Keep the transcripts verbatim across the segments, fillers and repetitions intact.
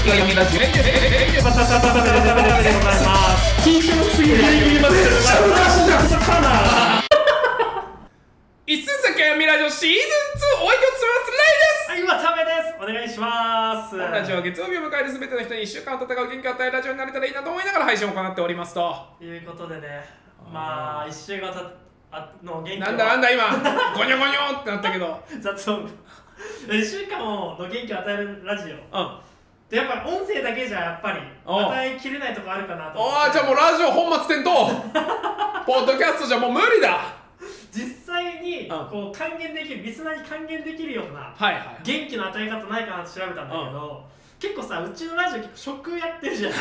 気が読みラジオバタバタバタバタバタでございます緊張すぎる一寸先読みラジオシーズンツーお相手を務めますレイです。 はい、渡辺です。お願いします。 ラジオは月曜日を迎えるすべての人にいっしゅうかん戦う元気を与えるラジオになれたらいいなと思いながら配信を行っておりますということでね、まあいっしゅうかんの元気をなんだなんだ今ゴニョゴニョってなったけど雑音いっしゅうかんの元気を与えるラジオ、 うんでやっぱ音声だけじゃやっぱり与えきれないとこあるかなと思って。 ああじゃあもうラジオ本末転倒ポッドキャストじゃもう無理だ。 実際にこう還元できる、リスナーに還元できるような元気の与え方ないかなって調べたんだけど、結構さ、うちのラジオ結構食やってるじゃない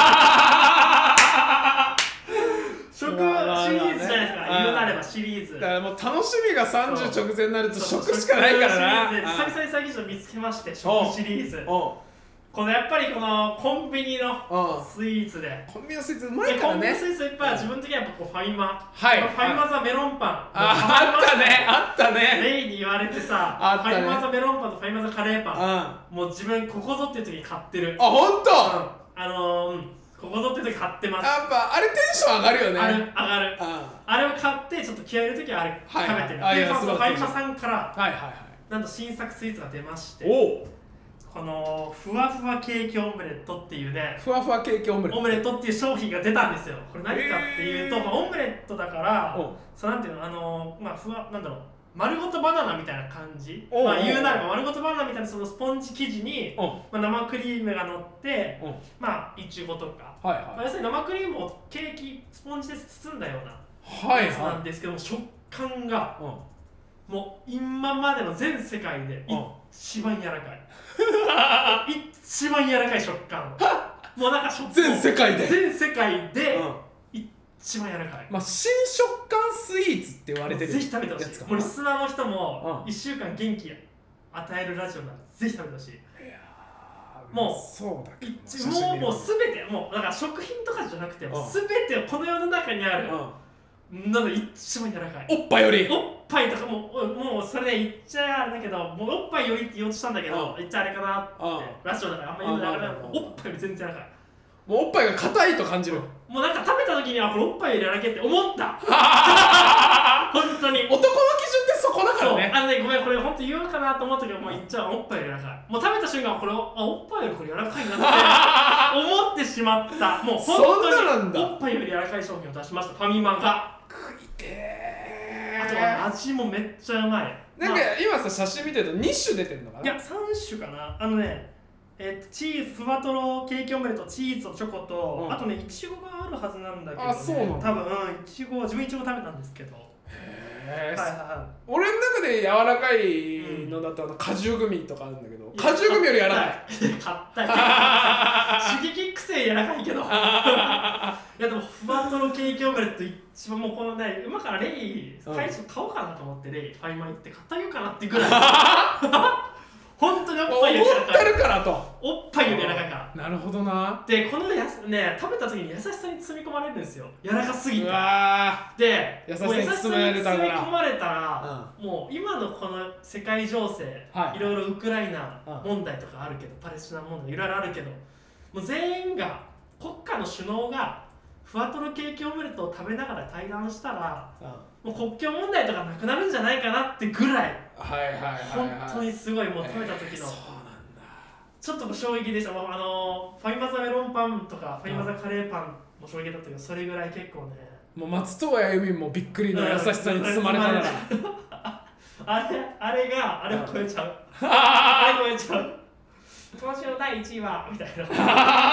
食シリーズじゃないですか、言うなればシリーズだからもう楽しみがさんじゅう直前になると食しかないからな。 久々に最近見つけまして、食シリーズこのやっぱりこのコンビニのスイーツでコンビニのスイーツうまいからね。 コンビニのスイーツいっぱい自分的にはやっぱこうファミマ、 はい、 ファミマザメロンパン、 ああったねあったねレイに言われてさ、 あったね、 ファミマザメロンパンとファミマザカレーパン、もう自分ここぞっていう時に買ってる。 あ、ほんと、うん、 あのー、うん、ここぞっていう時買ってます。 やっぱあれテンション上がるよね。 あれ上がる、あれを買ってちょっと気合い入れる時はあれ食べてる。で、ファミマさんからはいはいはい、 なんと新作スイーツが出まして、 おこのふわふわケーキオムレットっていうね、 ふわふわケーキオムレットオムレットっていう商品が出たんですよ。これ何かっていうと、まあ、オムレットだからそうなんていうの、あのまあふわなんだろう、丸ごとバナナみたいな感じ、まあ言うなれば丸ごとバナナみたいなそのスポンジ生地に、まあ、生クリームが乗ってまあいちごとか、はいはい、まあ、要するに生クリームをケーキスポンジで包んだようなやつなんですけども、食感がもう今までの全世界で一番柔らかい一番柔らかい食感もうなんか食全世界で全世界で一番柔らかい、 まあ、新食感スイーツって言われてる。 ぜひ食べてほしい。もうリスナーの人もいっしゅうかん元気与えるラジオならぜひ食べてほしい。いやもうそうだけどもうもう全てもうだから食品とかじゃなくても全てこの世の中にあるなの一番柔らかい。 おっぱいよりおっぱいとかもう、もうそれで言っちゃあれだけど、もうおっぱいよりって言おうとしたんだけど、言っちゃあれかなってラジオだからあんまり言うのだからおっぱいより全然柔らかい。 もうおっぱいが硬いと感じる。 もうなんか食べた時にはこれおっぱいより柔らかいって思った本当に男の基準ってそこだからね。 あのね、ごめんこれ本当言おうかなと思ったけど、もう言っちゃう、おっぱいより柔らかい。もう食べた瞬間これあおっぱいよりこれ柔らかいなって思ってしまった。もう本当におっぱいより柔らかい商品を出しました、ファミマが。 食いてー。あとは味もめっちゃうまい。 なんか今さ写真見てるとに種出てるのかな。 いやさん種かな。あのね、えー、チーズふわとろケーキオムレット、チーズとチョコと、うん、あとねいちごがあるはずなんだけど、ね、 あ、そうなの。 多分いちご、自分いちご食べたんですけど。 へー、はいはいはい、俺の中で柔らかいのだとあの果汁グミとかあるんだけど、果汁グミより柔らかい。 硬い刺激癖柔らかいけどいやでもふわとろケーキオムレット一番もうこのね、今からレイ最初買おうかなと思ってレイファイマ行って買ってあげようかなっていうぐらい本当におっぱいより柔らかい。 思ってるからと。 おっぱいより柔らかいから。 なるほどな。 で、このやすね、食べた時に優しさに包み込まれるんですよ。柔らかすぎて。 うわで、 優しさに包まれたから。 包み込まれたら、うん、もう今のこの世界情勢、はい、いろいろウクライナ問題とかあるけど、うん、パレスチナ問題いろいろあるけど、もう全員が国家の首脳がふわとろケーキオムレットを食べながら対談したら、うん、もう国境問題とかなくなるんじゃないかなってぐらい。 はいはいはい、はい、 本当にすごいもう食べた時の、えー、そうなんだ、ちょっと衝撃でした。もうあのファミマザメロンパンとかファミマザカレーパンも衝撃だったけど、それぐらい結構ね、 もう松任谷由実もびっくりの優しさに包まれたならあれあれがあれを超えちゃうあれ超えちゃう今週のだいいちいはみたいなフ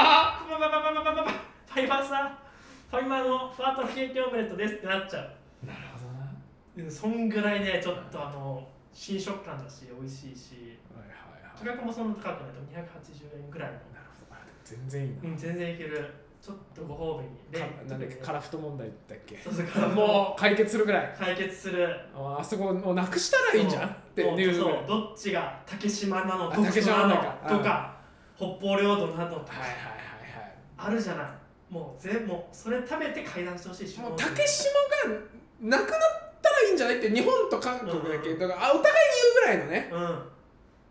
ァミマさファミマのふわとろケーキオムレットですってなっちゃう。 なるほどな。 そんぐらいね、ちょっとあの新食感だし美味しいし、はいはいはい、価格もそんな高くないとにひゃくはちじゅうえんぐらいの。なるほど、 全然いいな。 うん、全然いける。ちょっとご褒美に。 なんだっけ、カラフト問題だっけ。 そうそう、 もう解決するぐらい。 解決する。 あ, あそこをなくしたらいいんじゃんっていう。 そう、どっちが竹島なの、徳島なのとか、北方領土なのとか。はいはいはいはい。あるじゃない。もう全もうそれ食べて会談してほしいし。 もう竹島がなくなったらいいんじゃないって日本と韓国だけ、うん、だからあお互いに言うぐらいのね。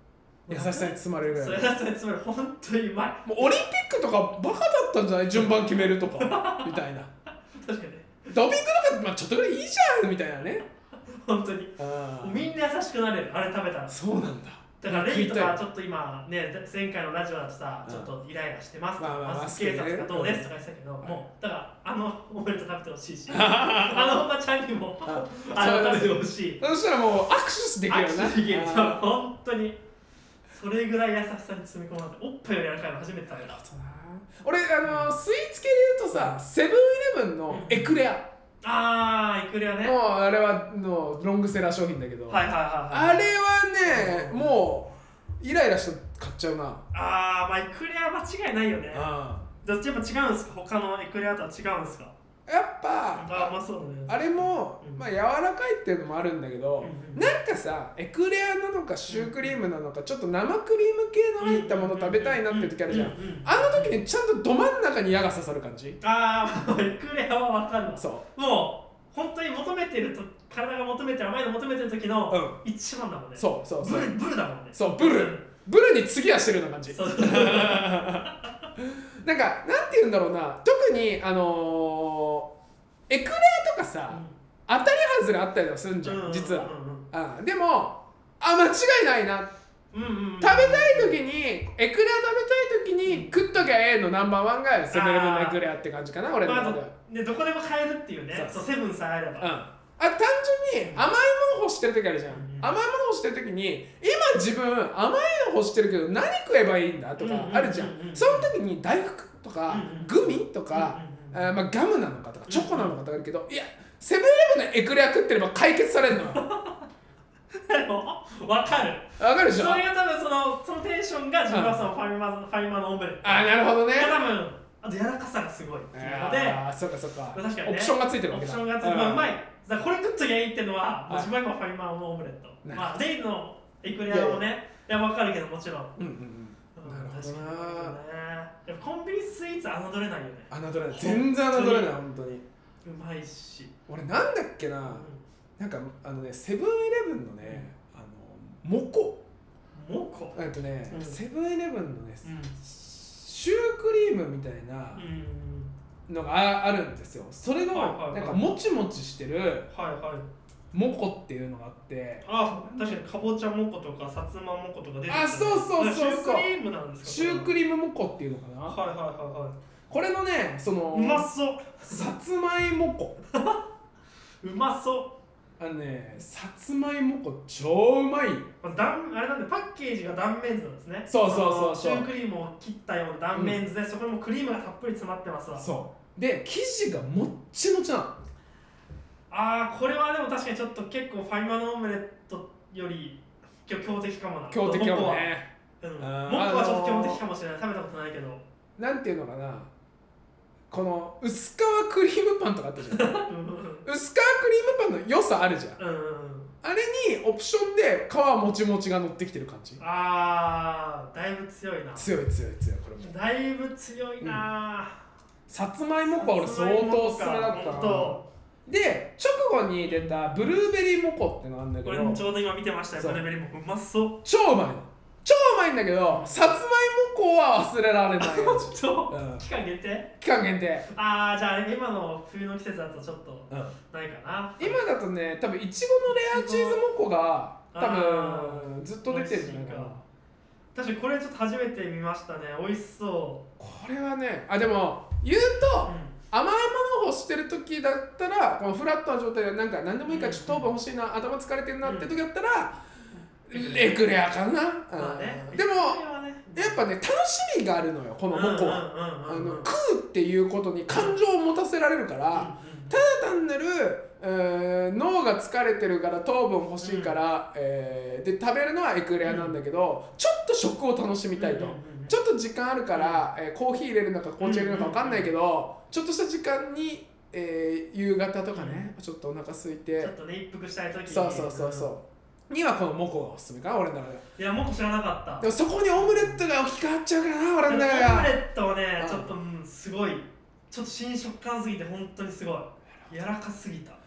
優しさに包まれるぐらいそう優しさに包まれる本当にうまい。 もうオリンピックとかバカだったんじゃない順番決めるとかみたいな確かにドーピングとか、まあ、ちょっとぐらいいいじゃんみたいなね本当にあみんな優しくなれるあれ食べたら。 そうなんだ。 だからレイとかちょっと今ね前回のラジオだとさちょっとイライラしてますとか、 まあまあマスク警察がどうですとか言ってたけど、 うんもうだからあのオムレット食べてほしいしあのおばちゃんにもあの食べてほしい。 そしたらもう握手できるよな。 握手できる本当にそれぐらい優しさに詰め込まれておっぱいより柔らかいの初めて食べた。 俺あのスイーツ系で言うとさセブンイレブンのエクレア、 あーエクレアね。 もうあれはのロングセラー商品だけど、 はいはいはい、はい、 あれはねもうイライラして買っちゃうな。 あーまあエクレア間違いないよね。 あどっちやっぱ違うんですか他のエクレアとは違うんですか。 やっぱあ、まあそうだね、 あれも、 うん、 まあ柔らかいっていうのもあるんだけど、 うんうん、 なんかさエクレアなのかシュークリームなのかちょっと生クリーム系の入ったもの食べたいなって時あるじゃん。あの時にちゃんとど真ん中に矢が刺さる感じ。 ああエクレアは分かるわ。 そうもう本当に求めてると体が求めてる甘いの求めてる時の一番だもんね、 うん、そうそうそうブル、ブルだもんね。 そうブルブルに次はしてるような感じ。そうそうなんかなんて言うんだろうな、特にあのー、エクレアとかさ、うん、当たり外れあったりとかするんじゃん、うん、実は、うんうん、でもあ間違いないな、うんうんうん、食べたい時にエクレア食べたい時に食っときゃええのナンバーワンがセブンイレブンのエクレアって感じかな俺の中では、まあ、 でどこでも買えるっていうね。そうセブンさえあれば、うん、 あ単純に甘いもの欲してる時あるじゃん、うん、甘いもの欲してる時に今自分甘いの欲してるけど何食えばいいんだとかあるじゃん、うんうんうんうん、その時に大福とか、うんうん、グミとか、うんうんうん、あまあ、ガムなのかとかチョコなのかとかあるけど、いやセブンイレブンのエクレア食ってれば解決されるのよでも分かる分かるでしょ。 それが多分そのそのテンションが自分はそのファミマの、うん、ファミマのオムレット。 あなるほどね。 多分あと柔らかさがすごいっていうので、 あそっかそっか、 確かにね、 オプションがついてるわけだ。 オプションがついてる、まあ、うまい。だからこれ食っときゃいいっていうのは、もう自分は今ファミマのオムレット。まあレイのエクレアもね、いや分かるけどもちろん。うんうんうん。なるほどな。やっぱコンビニスイーツ侮れないよね。侮れない。全然侮れない本当に。うまいし。俺なんだっけな、うん、なんかあのねセブンイレブンのね、うん、あのモコ。モコ。えっとね、うん、セブンイレブンのね、うん、シュークリームみたいなのがあるんですよ。それのなんかもちもちしてるモコっていうのがあって、あ確かにかぼちゃモコとかさつまモコとか出てきた、ね、あそうそうそうそう、シュークリームなんですか。シュークリームモコっていうのかな。はいはいはいはい。これのねそのうまそうさつまいもこうまそう。あのね、さつまいもこ超うまい。断あれなんでパッケージが断面図なんですね。そうそうそうそう。シュークリームを切ったような断面図で、うん、そこにもクリームがたっぷり詰まってますわ。そうで生地がもっちもちなの。あーこれはでも確かにちょっと結構ファミマのオムレットより強敵かもな。強敵かもね。うん、モッコはちょっと強敵かもしれない。食べたことないけどなんていうのかな、この薄皮クリームパンとかあったじゃん薄皮クリームパンの良さあるじゃん、うんうん、あれにオプションで皮もちもちが乗ってきてる感じ。あーだいぶ強いな。強い強い強い。これもだいぶ強いな、うん、さつまいもこは俺相当おすすめだったな。で直後に出たブルーベリーモコってのがあるんだけど、これちょうど今見てましたよ。ブルーベリーモコうまそう。超うまいの超うまいんだけど、さつまいもこは忘れられないやつ。うん、期間限定期間限定。ああじゃあ今の冬の季節だとちょっとないかな、うん、今だとね多分いちごのレアチーズモコが多分ずっと出てるんじゃないかな。確かにこれちょっと初めて見ましたね。美味しそう。これはねあでも言うと、うん、甘いものを欲してる時だったらこのフラットな状態でなんか何でもいいからちょっと糖分欲しいな、頭疲れてるなって時だったら、うん、エクレアかな、まあね、でもやっぱね楽しみがあるのよこのモコは。食うっていうことに感情を持たせられるから、ただ単なる、えー、脳が疲れてるから糖分欲しいから、うんえー、で食べるのはエクレアなんだけど、うん、ちょっと食を楽しみたいと、うんうんうん、ちょっと時間あるから、えー、コーヒー入れるのか紅茶入れるのか分かんないけど、ちょっとした時間に、えー、夕方とかね、うん、ちょっとお腹空いてちょっとね一服したい時にそうそうそうそう、うん、にはこのモコがおすすめかな俺の中で。いやモコ知らなかった。でもそこにオムレットが置き換わっちゃうからな俺の中では。オムレットはねちょっと、うん、すごいちょっと新食感すぎて本当にすごい柔らかすぎた。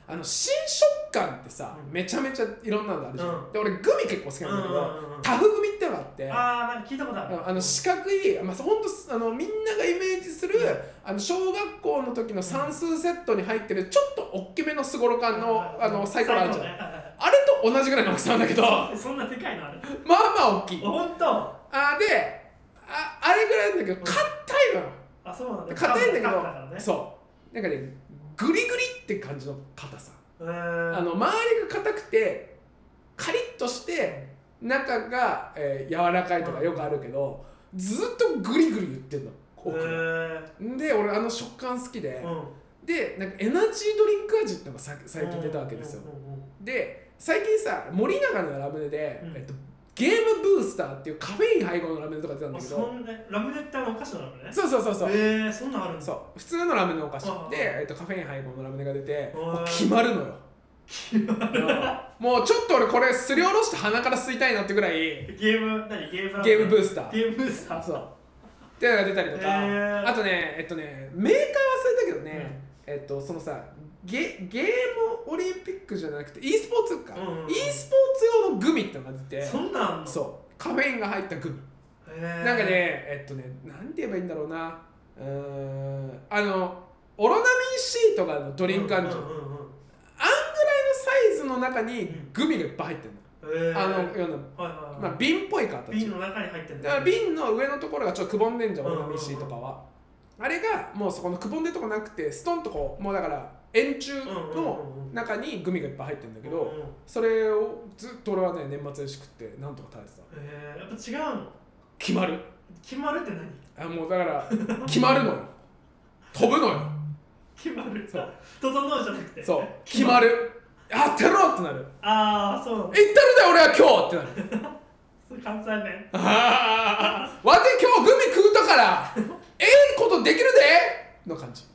あの新食感ってさ、うん、めちゃめちゃいろんなのあるじゃん、うん、で俺グミ結構好きなんだけど、うんうんうん、タフグミってのがあって、 あーなんか聞いたことある、 あの四角い、まあ、ほんとあのみんながイメージする、うん、あの小学校の時の算数セットに入ってるちょっと大きめのすごろ感の、うん、あのサイコロあるじゃん、ね、あれと同じぐらいの大きさなんだけどそんなでかいのあれまあまあ大きい。 ほんとあで あ, あれぐらいなんだけど硬いのよ、 うん、あそうなんだ硬いんだけど、 ね、 そうなんかねグリグリって感じの硬さ、あの周りが硬くてカリッとして中が、えー、柔らかいとかよくあるけど、うん、ずっとグリグリ言ってんの奥がで俺あの食感好きで、うん、でなんかエナジードリンク味ってのがさ最近出たわけですよ、うんうんうん、で最近さ森永のラムネで、うんえっと、ゲームブースターっていうカフェイン配合のラムネとか出たんだけど、 そんでラムネってあのお菓子のラムネ？ そうそうそうそう。 へー、そんなんあるんだ。 そう普通のラムネのお菓子で、えっと、カフェイン配合のラムネが出てもう決まるのよ。もうちょっと俺これすりおろして鼻から吸いたいなってぐらいゲーム何ゲームゲームブースターゲームブースターそうっていうのが出たりとか、あとねえっとねメーカー忘れたけどね、うん、えっとそのさゲ, ゲームオリンピックじゃなくて e スポーツか、うんうんうん、e スポーツ用のグミってのが出て、 そんなんのそうカフェインが入ったグミ、なんかねえっとねなんて言えばいいんだろうな、うーんあのオロナミン C とかのドリンクあるじゃん、うんうんうんうん、あんぐらいのサイズの中にグミがいっぱい入ってるの、うん、あのような、はいはいはい、まあ瓶っぽい形、 瓶の中に入ってるんだから瓶の上のところがちょっとくぼんでんじゃん、オロナミン C とかは、あれがもうそこのくぼんでるとこなくてストンとこうもうだから円柱の中にグミがいっぱい入ってるんだけど、うんうんうん、それをずっと俺はね年末にしくってなんとか食べてた。 えー、やっぱ違うの？ 決まる決まるって何？ あもうだから決まるのよ飛ぶのよ決まるそう整うじゃなくてそう決まるやってろってなる。 ああそう言ってるで俺は今日ってなるそれ関西弁ああわて今日グミ食うたからええことできるでの感じ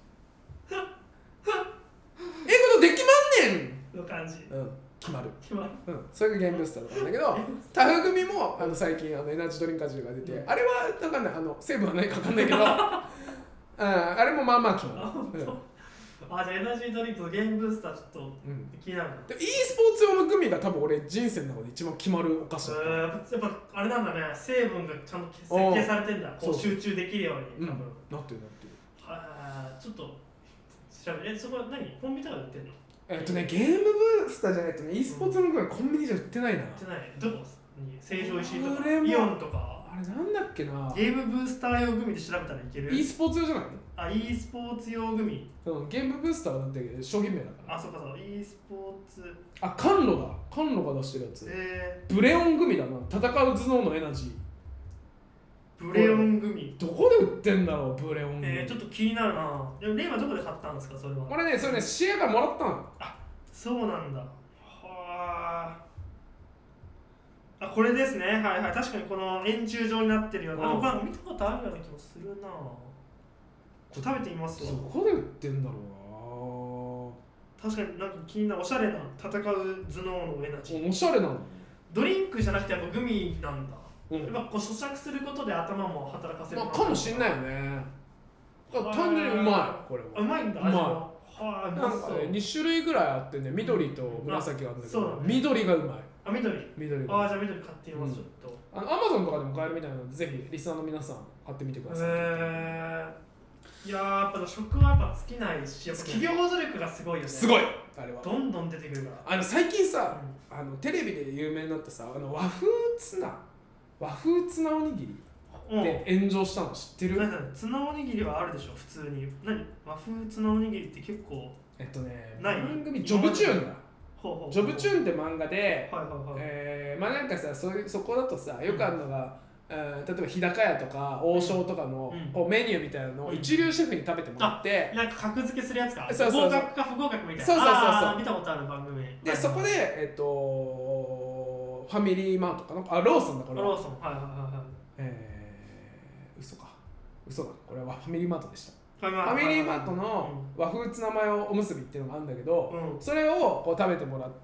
ええことできまんねんの感じ、 うん、決まる決まる、 うん、それがゲームブースターだったんだけどタフグミもあの最近あのエナジードリンク味が出て、うん、あれは分かんないあの成分は何か分かんないけどあ, あれもまあまあ決まる。 あ、うん、あじゃあエナジードリンクとゲームブースターちょっと気になるな、 うん、で e スポーツ用のグミが多分俺人生の中で一番決まるお菓子だった。 えー、やっぱあれなんだね成分がちゃんと設計されてんだこう集中できるように多分、うん、 なってるなってる。 あちょっと調べえそこは何コンビニとかで売ってんの？ えっとねゲームブースターじゃないとね e スポーツのグミはコンビニじゃ売ってないな。売ってないどこに成城石井とかイオンとかあれなんだっけな。 ゲームブースター用グミで調べたらいける？ e スポーツ用じゃない？ あ e スポーツ用グミ。 そうゲームブースターはだって商品名だから。あそうかそう e スポーツあ甘露だ甘露が出してるやつ、えー、ブレオングミだな戦う頭脳のエナジーブレオングミどこで売ってんだろうブレオングミ、 えー、ちょっと気になるな。でもレイはどこで買ったんですかそれは？ 俺ねそれねシアからもらったの。 あそうなんだ。はああこれですねはいはい確かにこの円柱状になってるような、うん、僕は見たことあるような気もするな。食べてみますよ。 どこで売ってんだろうな。確かになんか気になるおしゃれな戦う頭脳のエナジー。 おしゃれなのドリンクじゃなくてやっぱグミなんだ、うん、やっぱこう咀嚼することで頭も働かせる、 まあ、かもしんないよね。単純にうまいこれは。 うまいんだ。 うまい。はあ、なんかねに種類ぐらいあってね緑と紫があるんだけど、うんね、緑がうまい。 あ緑緑がああじゃあ緑買ってみます、うん、ちょっとあのアマゾンとかでも買えるみたいなのでぜひリスナーの皆さん買ってみてください。へえー、いやーやっぱ食はやっぱ尽きないしやっぱ企業努力がすごいよね。 すごいあれはどんどん出てくるからあの最近さ、うん、あのテレビで有名になったさあの和風ツナ和風ツナおにぎりって炎上したの知ってる？ ツナおにぎりはあるでしょ普通に。何和風ツナおにぎりって結構えっとね番組ジョブチューンだ。 ほうほうほうジョブチューンって漫画で、 はいはいはいえー、まあなんかさ そ, そこだとさよくあるのが、うん、例えば日高屋とか王将とかの、うん、こうメニューみたいなのを一流シェフに食べてもらって、 うん、なんか格付けするやつか。 そうそうそう合格か不合格みたいな。 そうそうそうそうあ見たことある番組で、はい、そこでえっとファミリーマートかなあローソンだこれローソンはいはいはいはいえー、嘘か嘘だこれはファミリーマートでした。 ファミリーマートの和風ツナマヨおむすびっていうのがあるんだけど、うん、それをこう食べてもらって、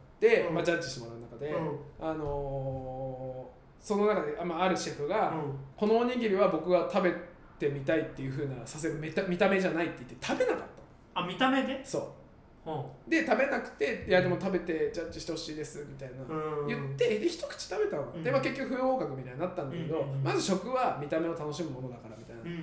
うんまあ、ジャッジしてもらう中で、うんあのー、その中で、まあ、あるシェフが、うん、このおにぎりは僕が食べてみたいっていう風なさせる見た見た目じゃないって言って食べなかった。 あ見た目で？ そうで食べなくて、いやでも食べてジャッジしてほしいですみたいな言ってで一口食べたの、うん、で、まあ、結局不合格みたいになったんだけど、うん、まず食は見た目を楽しむものだからみたいな、うん、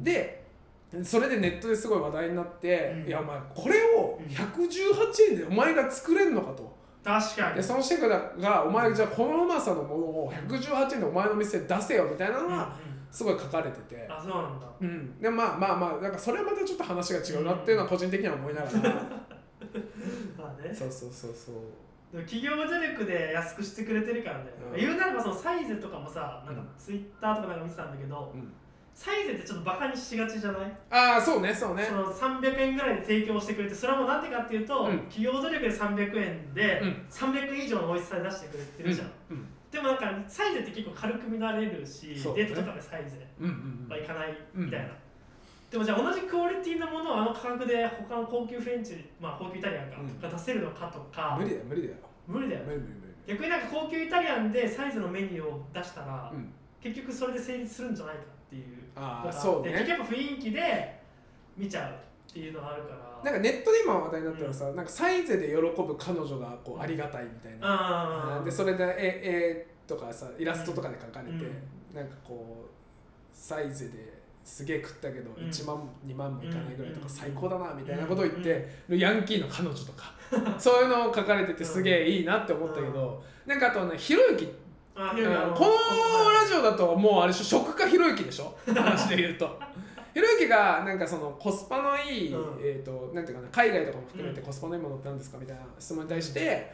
でそれでネットですごい話題になって、うん、いやお前これをひゃくじゅうはちえんでお前が作れんのかと。 確かに。 でそのシェフがお前じゃあこのうまさのものをひゃくじゅうはちえんでお前の店で出せよみたいなのがすごい書かれてて、 あ、そうなんだ。 うん、でまあまあまあなんかそれはまたちょっと話が違うなっていうのは個人的には思いながらまあね、 そうそうそうそう。 でも企業努力で安くしてくれてるからね、うん、言うなればそのサイゼとかもさ、なんかツイッターとかなんか見てたんだけど、うん、サイゼってちょっとバカにしがちじゃない？ ああ、そうねそうね。 そのさんびゃくえんぐらいで提供してくれて、それはもうなんでかっていうと、うん、企業努力でさんびゃくえんで、うん、さんびゃくえん以上の美味しさで出してくれてるじゃん、うんうん、でもなんかサイゼって結構軽く見られるし、ね、デートとかでサイゼは行かないみたいな、うんうん、でもじゃあ同じクオリティのものをあの価格で他の高級フレンチ、まあ高級イタリアンか、うん、が出せるのかとか。 無理だよ無理だよ無理だよ。 無理無理無理。 逆になんか高級イタリアンでサイズのメニューを出したら、うん、結局それで成立するんじゃないかっていう。 ああ、そうね。 結局やっぱ雰囲気で見ちゃうっていうのがあるから。 なんかネットで今話題になったらさ、うん、なんかサイゼで喜ぶ彼女がこうありがたいみたいな。でそれで絵とかさイラストとかで描かれて、うん、なんかこうサイゼですげえ食ったけどいちまん、にまんもいかないぐらいとか最高だなみたいなことを言ってるヤンキーの彼女とかそういうのを書かれててすげえいいなって思ったけど、なんかあとねひろゆき、あ、このラジオだともうあれでしょ、食家ひろゆきでしょ話で言うとひろゆきがなんかそのコスパのいい、うん、えーとなんていうかな、海外とかも含めてコスパのいいものって何ですかみたいな質問に対して、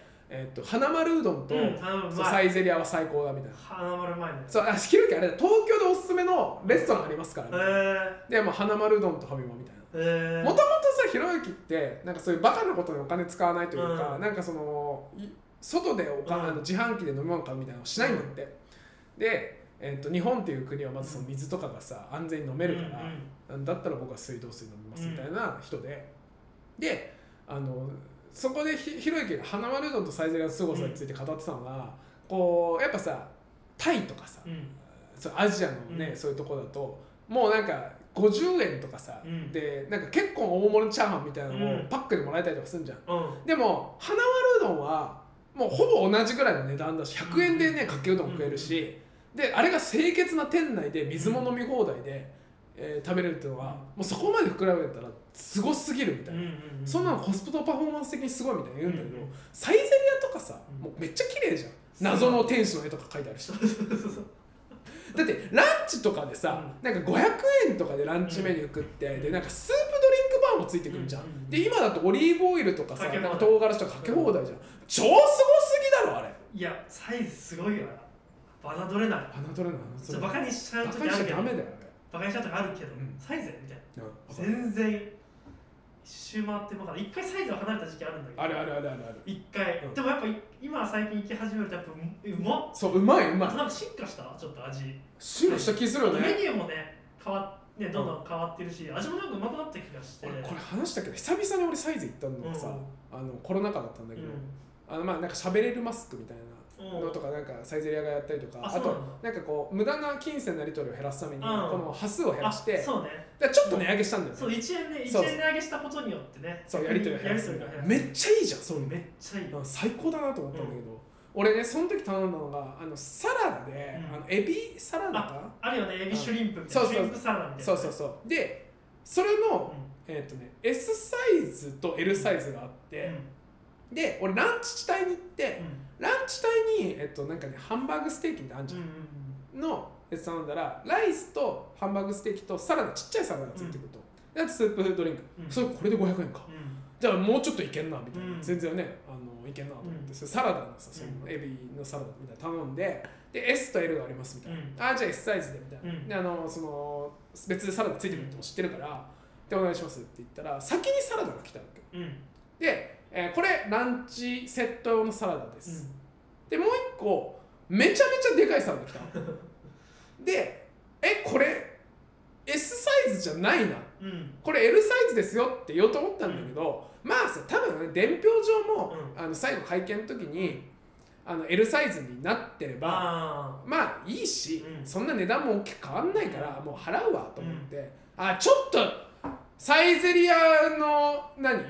えー、と花丸うどんと、うん、そうサイゼリアは最高だみたいな。 花丸うまいね。 そう、あ、ひろゆきあれだ、東京でおすすめのレストランありますからね、えー、でも花丸うどんとファミマみたいな。もともとさひろゆきってなんかそういうバカなことにお金使わないというか、うん、なんかその外でお金、うん、自販機で飲み物買うみたいなのしないんだって、うん、で、えー、と日本っていう国はまずその水とかがさ安全に飲めるから、うんうん、だったら僕は水道水飲みますみたいな人で、うん、であのそこでひろゆきが花丸うどんとサイゼリヤの凄さについて語ってたのが、うん、こうやっぱさタイとかさ、うん、そうアジアのね、うん、そういうとこだともうなんかごじゅうえんとかさ、うん、でなんか結構大盛りチャーハンみたいなのをパックでもらえたりとかするんじゃん、うん、でも花丸うどんはもうほぼ同じぐらいの値段だしひゃくえんでねかけうどん食えるし、であれが清潔な店内で水も飲み放題で、えー、食べれるっていうのは、もうそこまで膨らべたらすごすぎるみたいな、うんうんうん、そんなのコストパフォーマンス的にすごいみたいな言うんだけど、うんうん、サイゼリヤとかさ、もうめっちゃ綺麗じゃん、謎の天使の絵とか書いてあるしだってランチとかでさ、うん、なんかごひゃくえんとかでランチメニュー食って、うん、でなんかスープドリンクバーもついてくるじゃん、うん、で今だとオリーブオイルとかさ、なんか唐辛子とかかけ放題じゃん、超すごすぎだろあれ。 いやサイズすごいよな、侮れない、 侮れない、 ちょバカにしちゃう時あるけど、バカにしちゃダメだよあれ、バカにしちゃう時あるけど、うん、サイズみたいな、全然一周回ってもから一回サイズを離れた時期あるんだけど、 あるあるあるあるある、 一回、うん、でもやっぱ今最近行き始めるとやっぱうまっ、 そううまいうまい、 なんか進化したちょっと味、 進化した気するよね、 メニューもね変わっねどんどん変わってるし、うん、味もなんかうまくなった気がして、 俺これ話したけど久々に俺サイズ行ったのがさ、うん、あのコロナ禍だったんだけど、うん、あのまあなんか喋れるマスクみたいなのとかなんかサイゼリヤがやったりとか、あ, あとなんかこう無駄な金銭のやり取りを減らすためにこの端数を減らして、 そうね、 だちょっと値上げしたんだよね。 そういちえんでいちえん値上げしたことによってね、 そうやり取りを減らすみたいな、めっちゃいいじゃん、そういうのめっちゃいい、 最高だなと思ったんだけど、うん、俺ねその時頼んだのがあのサラダで、うん、あのエビサラダかあ, あるよね、エビシュリンプみたいな、シュリンプサラダみたいな、 そうそうそうでそれの、うん、えっ、ー、とね S サイズと L サイズがあって、うん、で俺ランチ帯に行って、うん、ランチ帯に、えっと、なんかねハンバーグステーキみたいなのあんじゃん、うんうんうん、のやつ頼んだらライスとハンバーグステーキとサラダ、ちっちゃいサラダがついてくると、うん、であとスープドリンク、うん、それこれでごひゃくえんか、うん、じゃあもうちょっといけんなみたいな、うん、全然ねあのいけんなと思って、うん、それサラダのさそのエビのサラダみたいな頼んで、で S と L がありますみたいな、うん、あじゃあ S サイズでみたいな、うん、であのその別でサラダついてくるっても知ってるから、でお願いしますって言ったら先にサラダが来たわけ、うん、で、えー、これランチセット用のサラダです、うん、でもう一個めちゃめちゃでかいサラダ来たでえこれ S サイズじゃないな、うん、これ L サイズですよって言おうと思ったんだけど、うん、まあさ多分、ね、伝票上も、うん、あの最後会見の時にあの L サイズになってればあまあいいし、うん、そんな値段も大きく変わんないから、うん、もう払うわと思って、うん、あちょっとサイゼリヤの何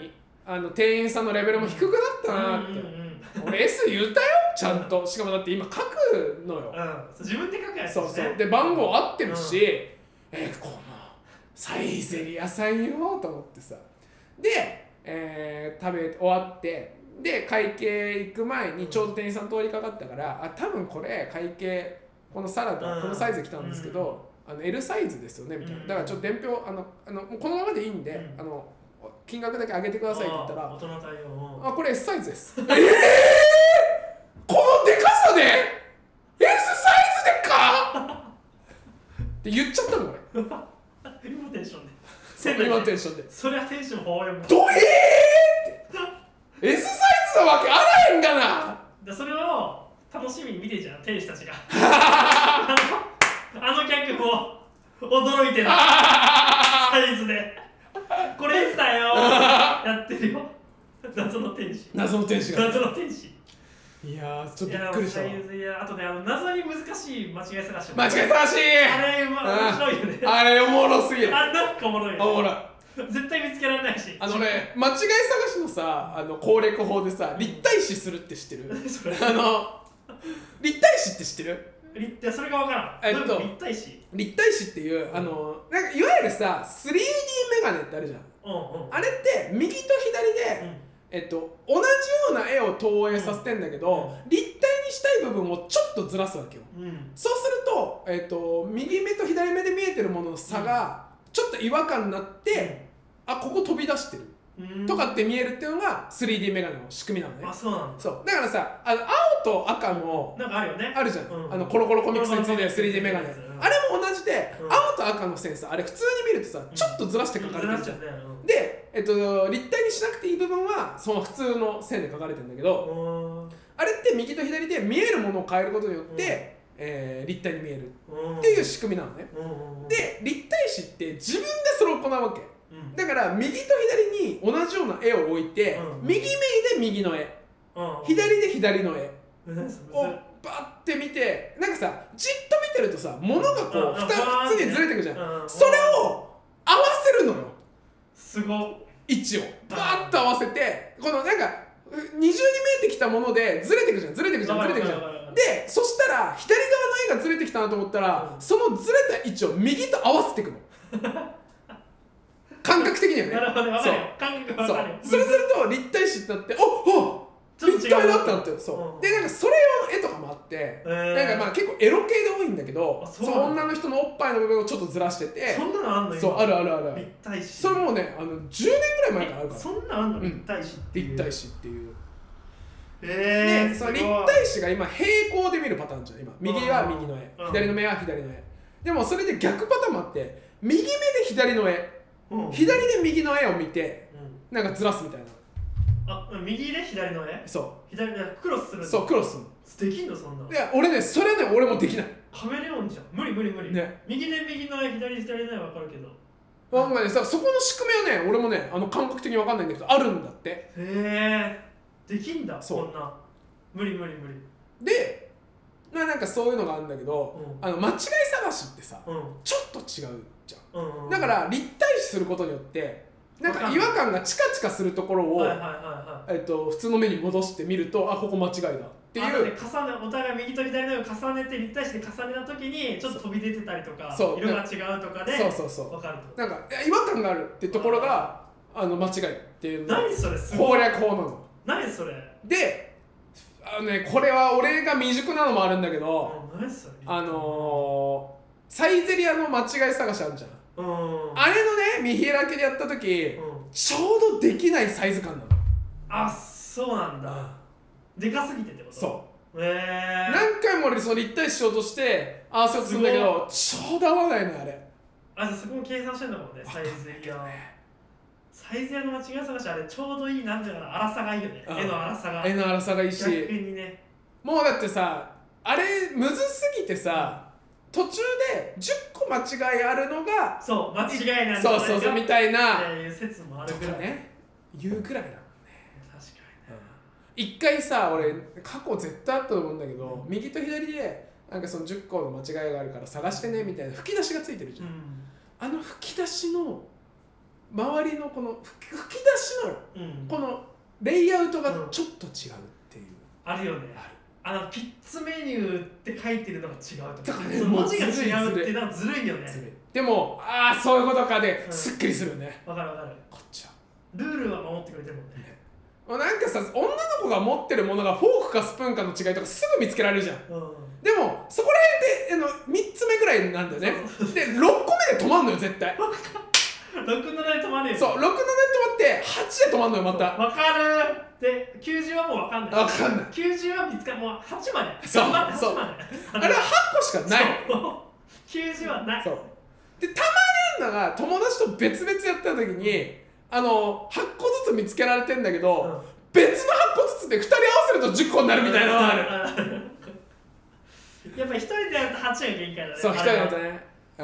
あの店員さんのレベルも低くなったなって、うんうんうん、俺 S 言ったよちゃんと。しかもだって今書くのよ、 うん、自分で書くやつですね。 そうそうで番号合ってるし、うん、えこのサイゼリヤさんよと思ってさ、で、えー、食べ終わってで会計行く前にちょうど店員さん通りかかったから、うん、あ多分これ会計このサラダ、うん、このサイズ来たんですけど、うん、あの L サイズですよねみたいな、だからちょっと伝票あのあのもうこのままでいいんで、うん、あの金額だけ上げてくださいって言ったら、 大人対応、 あこれ S サイズですえー、このでかさで S サイズでかって言っちゃったもん俺今テンションで今テンションでそりゃテンション放映もどえーって S サイズなわけあらへんがな。 でそれを楽しみに見てんじゃん店主たちがあの、あの客も驚いてるサイズでこれ S だよやってるよ謎の天使謎の天使が謎の天使。 いやーちょっとびっくりしたわ。 いやあとねあの謎に難しい間違い探し間違い探しあれ、まあ、面白いよねあれおもろすぎる。 あなんかおもろいよ、ね、 おもろい絶対見つけられないし。 あのね間違い探しのさあの攻略法でさ立体視するって知ってるあの立体視って知ってる。 立体それが分からん。えっと立体視立体視っていうあのなんかいわゆるさ スリーディー メガネってあるじゃん、うんうん、あれって右と左で、うんえっと、同じような絵を投影させてんだけど、うん、立体にしたい部分をちょっとずらすわけよ、うん、そうすると、えっと、右目と左目で見えてるものの差がちょっと違和感になって、うん、あここ飛び出してる、うん、とかって見えるっていうのが スリーディー メガネの仕組みなのね。 あそうなんだ。 そうだからさあの青と赤のなんかあるよねあるじゃん、うん、あのコロコロコミックスについてる スリーディー メガネ、うん、あれも同じで、うん、青と赤のセンサーあれ普通に見るとさちょっとずらして書かれてるじゃん、うん、で、えっと、立体にしなくていい部分はその普通の線で書かれてるんだけど、あれって右と左で見えるものを変えることによって、えー、立体に見えるっていう仕組みなのね。で立体視って自分でそれを行うわけだから右と左に同じような絵を置いて、うん、右目で右の絵、うん、左で左の絵をバッて見てなんかさじっと見てるとさ物がこうふたつにずれてくじゃん、うん、それを合わせるのよ。 すごい位置をバーッと合わせてこのなんか二重に見えてきたものでずれてくじゃんずれてくじゃんずれてくじゃんでそしたら左側の絵がずれてきたなと思ったら、うん、そのずれた位置を右と合わせていくの感覚的にはね。 なるほど分かるよ感覚分かるよ。 それすると立体視になっておっ立体だったんだってそう、うん、でなんかそれ用の絵とかもあって、えー、なんかまあ結構エロ系で多いんだけどそうそう女の人のおっぱいの部分をちょっとずらしててそんなのあんの今そうあるあるある立体視それもうねあのじゅうねんぐらい前からあるからそんなあんの、うん、立体視っていう立体視っていうえー、 でその立体視が今平行で見るパターンじゃん今右は右の絵、うん、左の目は左の絵でもそれで逆パターンもあって右目で左の絵、うん、左で右の絵を見て、うん、なんかずらすみたいなあ、右で左の絵そう左でクロスするのそうクロスするのできんのそんなのいや俺ねそれね俺もできないカメレオンじゃん無理無理無理、ね、右で右の絵左で左の絵は分かるけどあ、まあね、そこの仕組みはね俺もねあの感覚的に分かんないんだけどあるんだってへえできんだそんな無理無理無理でなんかそういうのがあるんだけど、うん、あの間違い探しってさ、うん、ちょっと違うじゃん、うんうん、だから立体視することによってなんか違和感がチカチカするところを、はいはいはいはい、えっと、普通の目に戻してみるとあここ間違いだっていう、 ね、重ねお互い右と左のを重ねて立体視で重ねた時にちょっと飛び出てたりとか色が違うとかでそうそうそう分かるとなんか違和感があるっていうところがあの間違いっていうの何それすごい攻略法なの何それであの、ね、これは俺が未熟なのもあるんだけど何それあのー、サイゼリヤの間違い探しあるじゃんうん、 あれのね見開きでやった時、うん、ちょうどできないサイズ感なのあそうなんだでかすぎてってことそうへえー、 何回も俺その立体視しようとして合わせようとするんだけどちょうど合わないのあれあじゃあそこも計算してんだもんねサイゼリヤサイゼリヤの間違い探しあれちょうどいいなんていうかな粗さがいいよね絵の粗さが絵の粗さがいいし逆にねもうだってさあれむずすぎてさ、うん途中でじゅっこ間違いあるのがそう間違いなんだそうそうそうみたいな説もあるぐらいね言うぐらいだもんね確かに、うん、一回さ俺過去絶対あったと思うんだけど、うん、右と左でなんかそのじゅっこの間違いがあるから探してねみたいな吹き出しがついてるじゃん、うん、あの吹き出しの周りのこの吹き出しの、うん、このレイアウトがちょっと違うっていう、うん、 あるよね。あるあのピッツメニューって書いてるのが違うとか、ね、その文字が違うっていうのはずるいよね。ずるい。 でもああそういうことかですっきりするよね。 わ、うん、かるわかる。 こっちはルールは守ってくれてるもんね。ね、 なんかさ、女の子が持ってるものがフォークかスプーンかの違いとかすぐ見つけられるじゃん、うん、でもそこら辺であのみっつめぐらいなんだよね。でろっこめで止まんのよ絶対。 ろく、ななで止まるよ。 そう、ろく、ななで止まってはちで止まんのよまた。 わかる。できゅうじゅうはもうわかんない。 わかんない。 きゅうじゅうは見つかる。もうはちまで。 そうそう。あれははっこしかない。 きゅうじゅうはない。 そうでたまにあるのが友達と別々やった時にあのはっこずつ見つけられてんだけど、うん、別のはっこずつでふたり合わせるとじゅっこになるみたいなのがある。 やっぱひとりでやるとはちが限界だね。 そう、ひとりだとね。うん、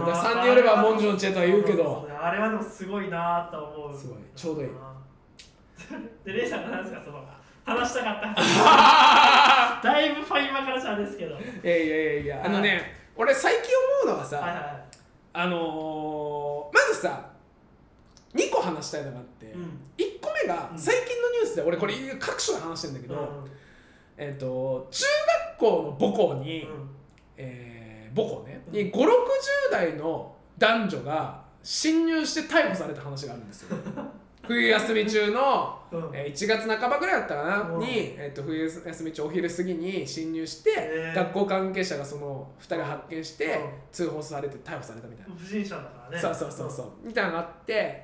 ださんにんよれば文殊の知恵とは言うけど、 あれはでもすごいなと思う。 すごい、ちょうどいい。 で、レイさんが何ですか、その話したかっただいぶファインマからしたんですけど。いやいやいやいや、あのね、俺最近思うのはさ、はいはい、あのー、まずさにこ話したいのがあって、うん、いっこめが最近のニュースで、俺これ各所で話してるんだけど、うん、えっと中学校の母校に、うん、えー、母校ね、にご、ろくじゅう代の男女が侵入して逮捕された話があるんですよ。冬休み中の、うん、えー、いちがつなかばぐらいだったかな、うん、に、えー、と冬休み中お昼過ぎに侵入して、えー、学校関係者がそのふたり発見して、うん、通報されて逮捕されたみたいな。 不審者だからね。 そうそうそうそう、うん、みたいなのがあって、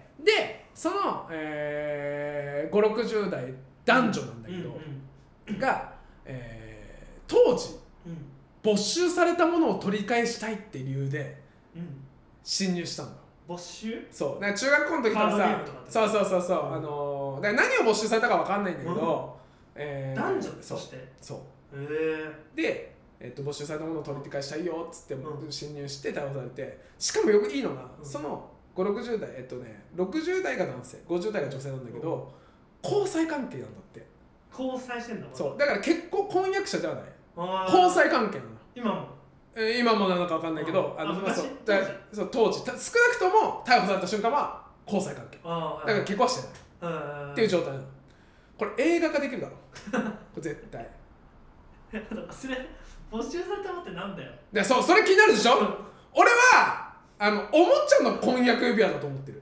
でその、えー、ご、ろくじゅう代男女なんだけど、うんうん、が、えー、当時、うん、没収されたものを取り返したいって理由で、うん、侵入したのよ。 没収？ そう。だから中学校の時からさ、そうそうそうそう、うん、あのー、だから何を没収されたかわかんないんだけど、 うん、えー、男女として。 そう。そうへー。で、えー、と没収されたものを取り返したいよっつって、うん、侵入して逮捕されて、しかもよくいいのが、うん、そのご、ろくじゅう代、えっとね、ろくじゅう代が男性、ごじゅう代が女性なんだけど、うん、交際関係なんだって。 交際してんだもん。 そう。だから結婚婚約者ではない。交際関係なの。 今も。 今もなのか分かんないけど、あのそう当時そう当時少なくとも逮捕された瞬間は交際関係だから結婚はしてないっていう状態なの。これ映画化できるだろこれ絶対。 それ没収されたものってなんだよ。 でそうそれ気になるでしょ俺はあのおもちゃの婚約指輪だと思ってる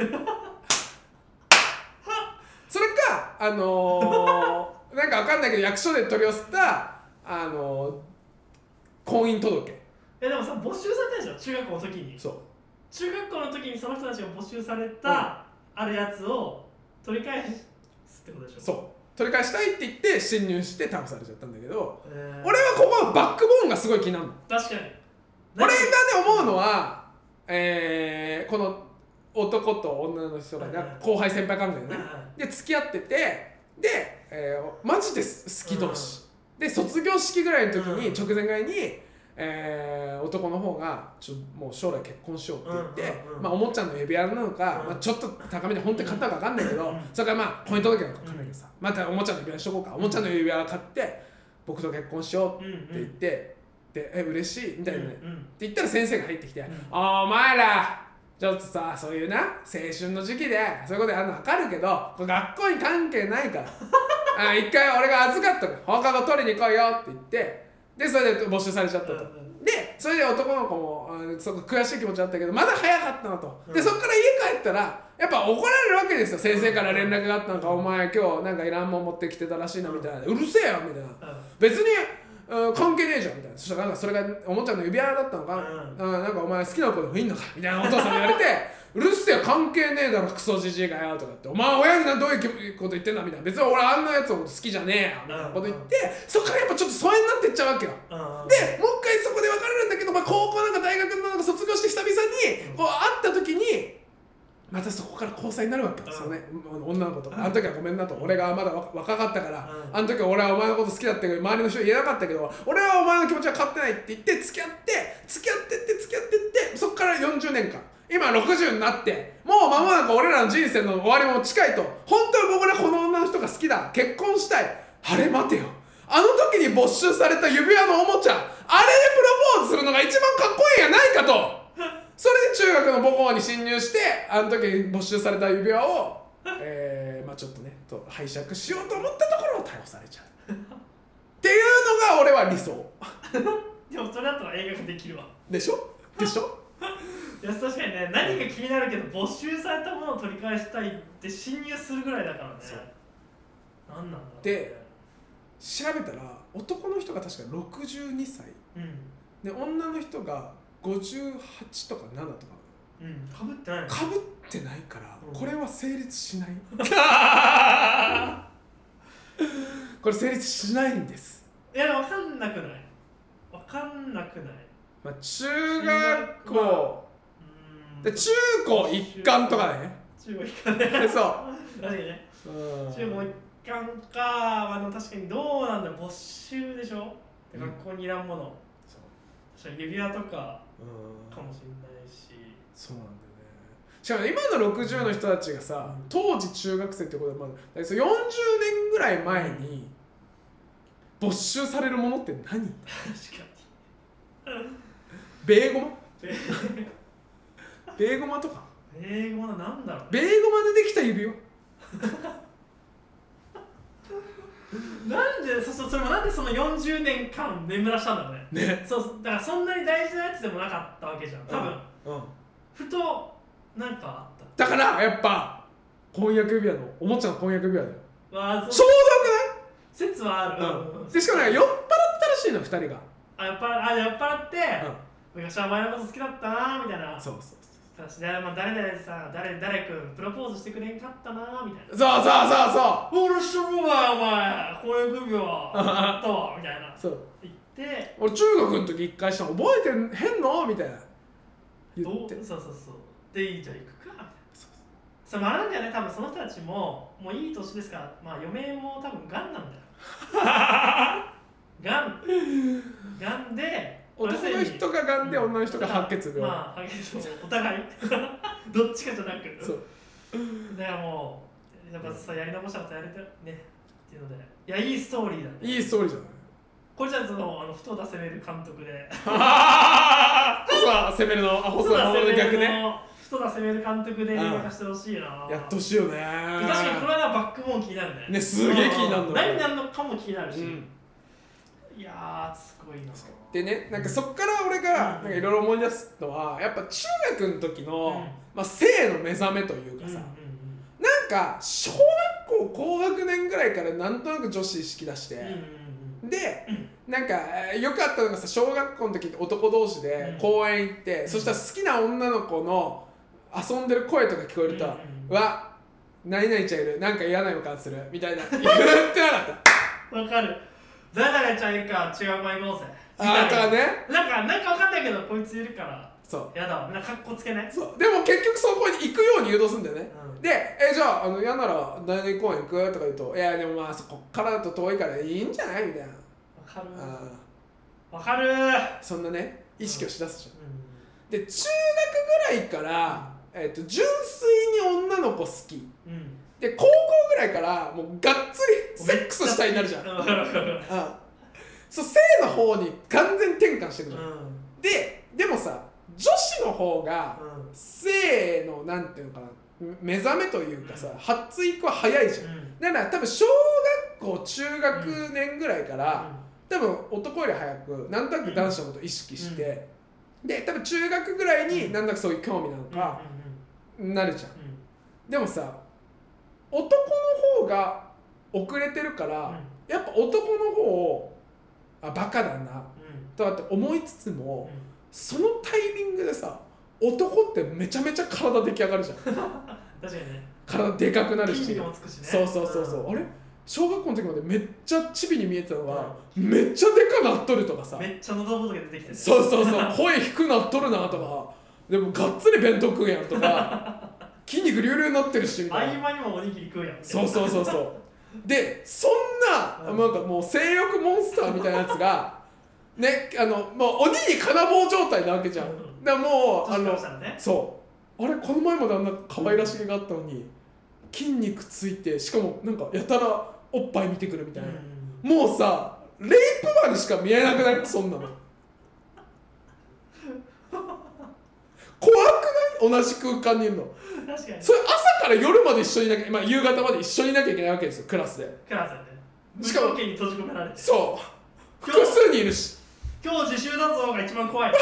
それかあのー、なんか分かんないけど役所で取り寄せたあのー婚姻届。 えでもさ没収されたでしょ中学校の時に。 そう中学校の時にその人たちが没収された、うん、あるやつを取り返すってことでしょ。 そう取り返したいって言って侵入して逮捕されちゃったんだけど、えー、俺はここはバックボーンがすごい気になるの。 確かに俺がね思うのは、えー、この男と女の人が、ね、後輩先輩関係でね、で付き合っててで、えー、マジで好き同士、うん、で卒業式ぐらいの時に、うん、直前ぐらいに、えー、男の方がちょもう将来結婚しようって言って、うんうんうん、まあおもちゃの指輪なのか、うんまあ、ちょっと高めで本当に買ったのか分かんないけど、うん、それからまあ婚姻届なのか分かんないけどさ、うん、またおもちゃの指輪にしとこうか、おもちゃの指輪を買って僕と結婚しようって言って、うんうん、でえ嬉しいみたいな、ねうんうん、って言ったら先生が入ってきて、うん、お前らちょっとさそういうな青春の時期でそういうことやるの分かるけどこれ学校に関係ないからあ一回俺が預かっとく放課後取りに来いよって言ってでそれで没収されちゃったと、うん、でそれで男の子もそこ悔しい気持ちだったけどまだ早かったなと、うん、でそっから家帰ったらやっぱ怒られるわけですよ。先生から連絡があったのか、うん、お前今日なんかいらんもん持ってきてたらしいなみたいな、うるせえよみたいな、うん、別に関係ねえじゃんみたいな。そしたらなんかそれがおもちゃの指輪だったのか、うん、なんかお前好きな子でもいいのかみたいなお父さんに言われてうるせえよ関係ねえだろクソじじいがよとかってお前親にどういうこと言ってんだみたいな別に俺あんなやつのこと好きじゃねえよみたいなこと言ってそっからやっぱちょっと疎遠になってっちゃうわけよ。でもう一回そこで別れるんだけど、まあ、高校なんか大学なんか卒業して久々にこう会った時にまたそこから交際になるわけですよね、うん、女の子とあの時はごめんなと、うん、俺がまだ若かったから、うん、あの時は俺はお前のこと好きだったけど周りの人は言えなかったけど俺はお前の気持ちは変わってないって言って付き合って付き合ってって付き合ってってそこからよんじゅうねんかん今ろくじゅうになってもう間もなく俺らの人生の終わりも近いと本当に僕らこの女の人が好きだ結婚したいあれ待てよあの時に没収された指輪のおもちゃあれでプロポーズするのが一番かっこいいんやないかとそれで中学の母校に侵入してあの時没収された指輪をえー、まあちょっとねと拝借しようと思ったところを逮捕されちゃうっていうのが俺は理想でもそれだったら映画ができるわでしょでしょいや確かにね、何か気になるけど没収されたものを取り返したいって侵入するぐらいだからね。何なんだろう、ね、 で調べたら男の人が確かろくじゅうにさい、うん、で女の人がごじゅうはちとかななとか、 うん、かぶってないのかぶってないから、うん、これは成立しないこれ成立しないんです。 いや分かんなくない分かんなくない、 まあ、中学校で中高一貫とかね中高一貫ねそう確かにね中高一貫か、まあ、確かにどうなんだ没収でしょ、うん、学校にいらんもの確かに指輪とかかもしれないし、 そうなんだよね。しかも今のろくじゅうの人たちがさ、うん、当時中学生ってことでまだよんじゅうねんぐらい前に没収されるものって何？確かにベーゴマベーゴマとかベーゴマなんだろうベーゴマでできた指輪なんでそそそれもなんでそのよんじゅうねんかん眠らしたんだろうね。 ね。 そうだからそんなに大事なやつでもなかったわけじゃん。多分。 うん。うん、 ふとなんかあった。 だからやっぱ婚約指輪のおもちゃの婚約指輪だよ。 わあそう。 ちょうどよくない？説はある。 うん。でしかもなんか酔っ払ったらしいのふたりが。 あ酔っ払あ酔っ払って。うん、昔はお前のこと好きだったなみたいな。そうそうそう。でまあ、誰々さ誰誰君プロポーズしてくれんかったなみたいな。 そうそうそうそう。 俺知るわお前婚約指輪あったわみたいな。そう言って俺中学の時一回したの覚えてへんのみたいな言ってそうそうそうでじゃあ行くかみたいな。それもあれなんだよね多分その人たちももういい年ですからまあ余命も多分がんなんだよがんがんで男の人ががんで女の人が白血病、 まあ白血病お互いどっちかじゃなくそうだからもうやっぱさやり残したことやれてねっていうのでいやいいストーリーだねいいストーリーじゃないこれじゃあそのあの太田攻める監督で細田攻めるのあ細田守る逆ね太田攻める監督で映画化してほしいなやってほしいよね確かにこれはバックボーン気になるねねすげえ気になるの何になるのかも気になるし、うん、いやーすごいなでね、なんかそっから俺がいろいろ思い出すのはやっぱ中学の時の、うんまあ、性の目覚めというかさ、うんうんうん、なんか小学校高学年ぐらいからなんとなく女子意識出して、うんうんうん、で、うん、なんかよかったのがさ小学校の時って男同士で公園行って、うん、そしたら好きな女の子の遊んでる声とか聞こえると、うんうんうん、わ何々ちゃんいるなんか嫌な予感するみたいな言ってなかったわかる誰々ちゃんいるから違う子行こうぜあとはねなんかなんかわかんないけどこいついるからそうやだわなんかかっこつけないそうでも結局そこに行くように誘導するんだよね、うん、でえじゃああの嫌なら大学公園行くとか言うといやでもまあそこからだと遠いからいいんじゃないみたいなわかるわかるそんなね意識をしだすじゃん、うん、で中学ぐらいから、えー、と純粋に女の子好き、うんで高校ぐらいからもうがっつりセックスしたいになるじゃん。うん、そう性の方に完全転換してくる、うん、ででもさ女子の方が性のなんていうのかな目覚めというかさ、うん、発育は早いじゃん、うん、だから多分小学校中学年ぐらいから、うん、多分男より早くなんとなく男子のことを意識して、うん、で多分中学ぐらいになんとなくそういう興味なのか、うん、なるじゃん、うん、でもさ男の方が遅れてるから、うん、やっぱ男の方をあバカだな、うん、とかって思いつつも、うん、そのタイミングでさ男ってめちゃめちゃ体出来上がるじゃん確かにね体でかくなるし筋肉もつくしねそうそうそうそう、うん、あれ小学校の時までめっちゃチビに見えてたのが、うん、めっちゃでかなっとるとかさめっちゃ喉仏出てきて、ね、 そうそうそう声低くなっとるなとかでもがっつり弁当食うやんとか筋肉隆々になってるしみたいな合間にもおにぎり食うやんそうそうそうそうでそんな、うん、なんかもう性欲モンスターみたいなやつがねあのもう鬼に金棒状態なわけじゃん、うん、だからもうあの、ね、そうあれこの前まであんな可愛らしげがあったのに筋肉ついてしかもなんかやたらおっぱい見てくるみたいな、うん、もうさレイプマンにしか見えなくないそんなの怖くない？同じ空間にいるの。 確かにそれ朝から夜まで一緒にいなきゃ、まあ、夕方まで一緒にいなきゃいけないわけですよ、クラスで。 クラスでね、 しかも無条件に閉じ込められて、 そう複数にいるし、 今日自習だぞが一番怖い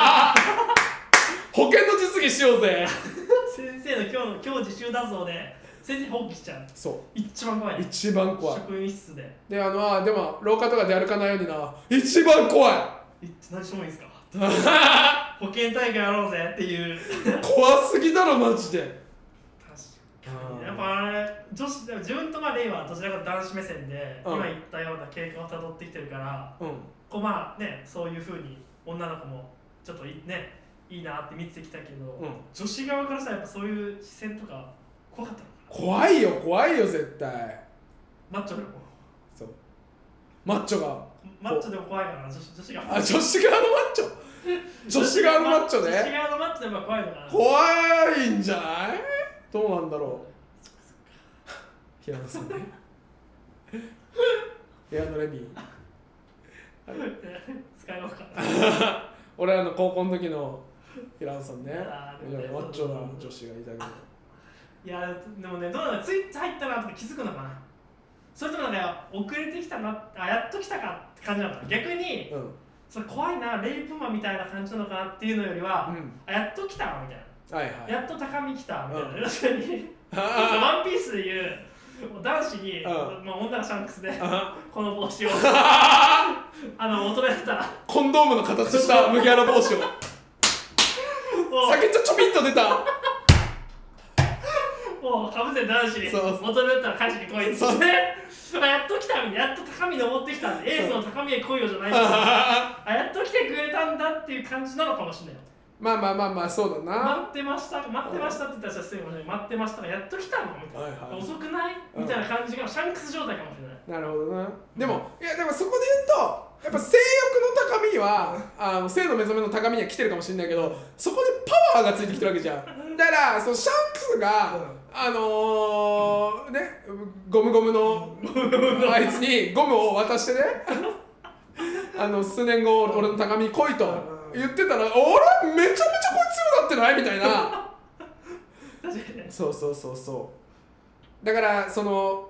保険の実技しようぜ先生の今日の今日自習だぞで先生放棄しちゃう。 そう一番怖い、 一番怖い。 職員室でであのあでも廊下とかで歩かないようにな、一番怖いえ何してもいいんすか保健大会やろうぜっていう怖すぎだろマジで。 確かにやっぱあれ女子でも自分とまあレイはどちらかというと男子目線で、うん、今言ったような経過をたどってきてるから、うん、こうまあねそういうふうに女の子もちょっとねいいなって見てきたけど、うん、女子側からしたらやっぱそういう視線とか怖かったのかな。 怖いよ怖いよ絶対。 マッチョでもそうマッチョがマッチョでも怖いから女子女子側あ女子側のマッチョ女子側のマッチョね。 女子側のマッチョでも怖いのかな。 怖いんじゃない？どうなんだろう平野さんね平野レミ使いようか俺らの高校の時の平野さんね、 ねマッチョな女子がいたけど、 いやでもねどうだろう、つい入ったなとか気づくのかな、それともなんか遅れてきたなあやっと来たかって感じなのかな。逆に、うん、それ怖いなレイプマンみたいな感じなのかなっていうのよりは、うん、あやっと来たみたいな、はいはい、やっと高み来たみたいな、確かにワンピースでいう男子に、うんまあ、女がシャンクスでこの帽子をあの求めてたコンドームの形した麦わら帽子を先っちょちょびっと出たもうかぶせ男子に求めてたら火事に来いっつってやっと来たみたいな、やっと高み登ってきたんでエースの高みへ来いよじゃないあやっと来てくれたんだっていう感じなのかもしれない。 まあまあまあまあそうだな。 待ってました待ってましたって言ったら失礼かもしれない。待ってましたがやっと来たのみたいな、はいはい、遅くないみたいな感じがシャンクス状態かもしれない。 なるほどな。でもいやでもそこで言うとやっぱ性欲の高みはあの性の目覚めの高みには来てるかもしれないけど、そこでパワーがついてきてるわけじゃん。だからそのシャンクスが、うん、あのー、ねゴムゴムのあいつにゴムを渡してねあの数年後俺の高みに来いと言ってたら、俺めちゃめちゃこいつ強なってないみたいなそうそうそうそう。だからその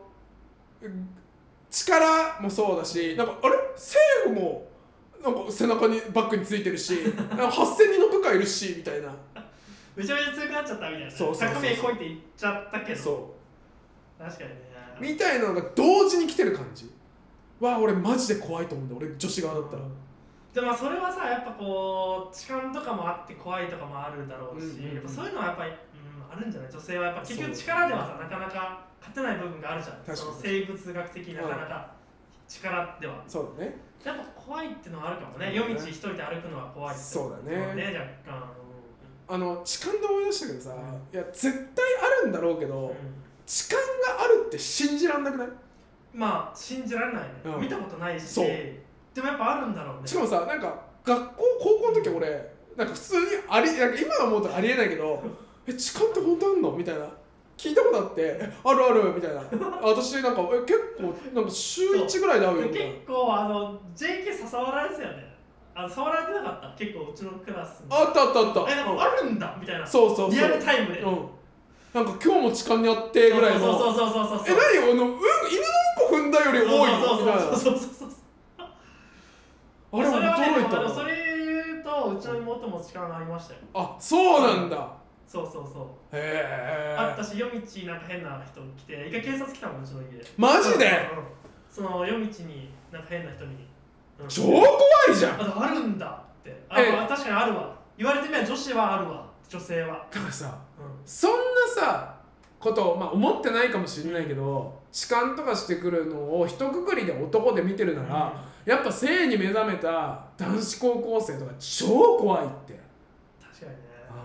力もそうだし、なんかあれ政府もなんか背中にバッグについてるしなんかはっせんにんの部下いるしみたいなめちゃめちゃ強くなっちゃったみたいな、 そうそうそうそう、 高みへ来いって言っちゃったけど、 そう確かにねみたいなのが同時に来てる感じは俺マジで怖いと思うんだよ、俺女子側だったら。 でもそれはさやっぱこう痴漢とかもあって怖いとかもあるだろうし、うんうんうん、やっぱそういうのはやっぱり、うん、あるんじゃない。女性はやっぱ結局力ではさなかなか勝てない部分があるじゃん。その生物学的なかなか力では、 うん、そうだね。 やっぱ怖いっていうのはあるかもね。夜道一人で歩くのは怖いって。 そうだね。 ね若干、 うん、あの痴漢で思い出したけどさ、うん、いや絶対あるんだろうけど、うん、痴漢があるって信じらんなくない？ まあ信じられないね、うん、見たことないし。そうでもやっぱあるんだろうね。 しかもさ、なんか学校高校の時俺なんか普通にありなんか今思うとありえないけどえ痴漢って本当あんのみたいな聞いたことあってあるあるみたいな私なんかえ結構なんか週いちぐらいで会うよみたいな。 結構あの ジェイケー さ触られてたよね。あの触られてなかった結構うちのクラスに。 あったあったあった。 えなんかあるんだみたいな。 そうそうそう。 リアルタイムで。うん。 なんか今日も痴漢にあってぐらいの。 そうそうそうそうそうそう。 え何よあの、うん、犬のうんこ踏んだより多いのみたいな。 そうそうそうそうそう。 あれ驚いたな。 それ言うとうちの妹も痴漢がありましたよ。 あそうなんだ。 そうそうそう。 へえ。 あったし夜道なんか変な人来て一回警察来たもんうちの家。 マジで？ その夜道になんか変な人に。 超怖いじゃん。 ああるんだって。あ確かにあるわ。言われてみれば女子はあるわ。女性は。 だからさ、そんなさことをまあ思ってないかもしれないけど、痴漢とかしてくるのを一括りで男で見てるなら、やっぱ性に目覚めた男子高校生とか超怖いって。 確かにね。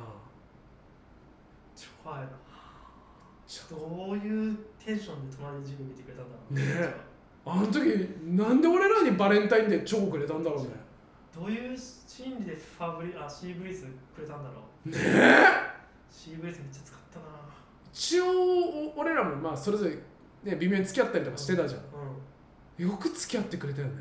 超怖いな。どういうテンションで隣で授業見てくれたんだろうね。えあの時なんで俺らにバレンタインデーチョコくれたんだろうね。 どういう心理でファブリあシーブリーズくれたんだろうね。えシーブリーズめっちゃ使ったな。 一応俺らもまあそれぞれ、ね、微妙に付き合ったりとかしてたじゃん、うん、よく付き合ってくれたよね。